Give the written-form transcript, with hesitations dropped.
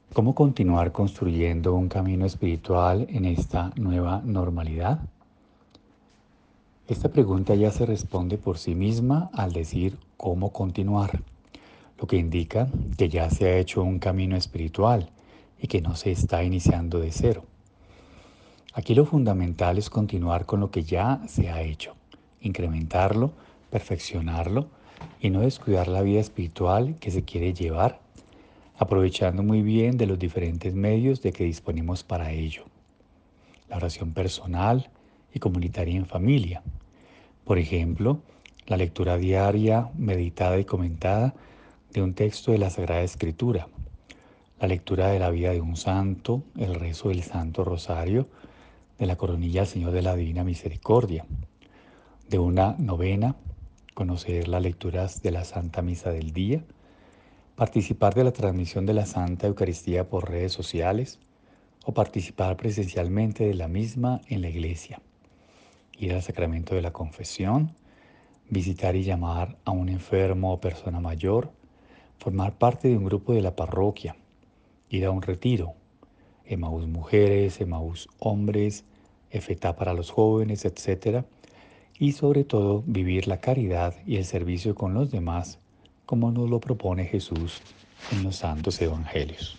¿Cómo continuar construyendo un camino espiritual en esta nueva normalidad? Esta pregunta ya se responde por sí misma al decir cómo continuar, lo que indica que ya se ha hecho un camino espiritual y que no se está iniciando de cero. Aquí lo fundamental es continuar con lo que ya se ha hecho, incrementarlo, perfeccionarlo y no descuidar la vida espiritual que se quiere llevar, aprovechando muy bien de los diferentes medios de que disponemos para ello. La oración personal y comunitaria en familia. Por ejemplo, la lectura diaria, meditada y comentada de un texto de la Sagrada Escritura, la lectura de la vida de un santo, el rezo del Santo Rosario, de la coronilla al Señor de la Divina Misericordia, de una novena, conocer las lecturas de la Santa Misa del día, participar de la transmisión de la Santa Eucaristía por redes sociales o participar presencialmente de la misma en la iglesia, ir al sacramento de la confesión, visitar y llamar a un enfermo o persona mayor, formar parte de un grupo de la parroquia, ir a un retiro, Emaús Mujeres, Emaús Hombres, EFETA para los jóvenes, etc. Y sobre todo vivir la caridad y el servicio con los demás como nos lo propone Jesús en los santos evangelios.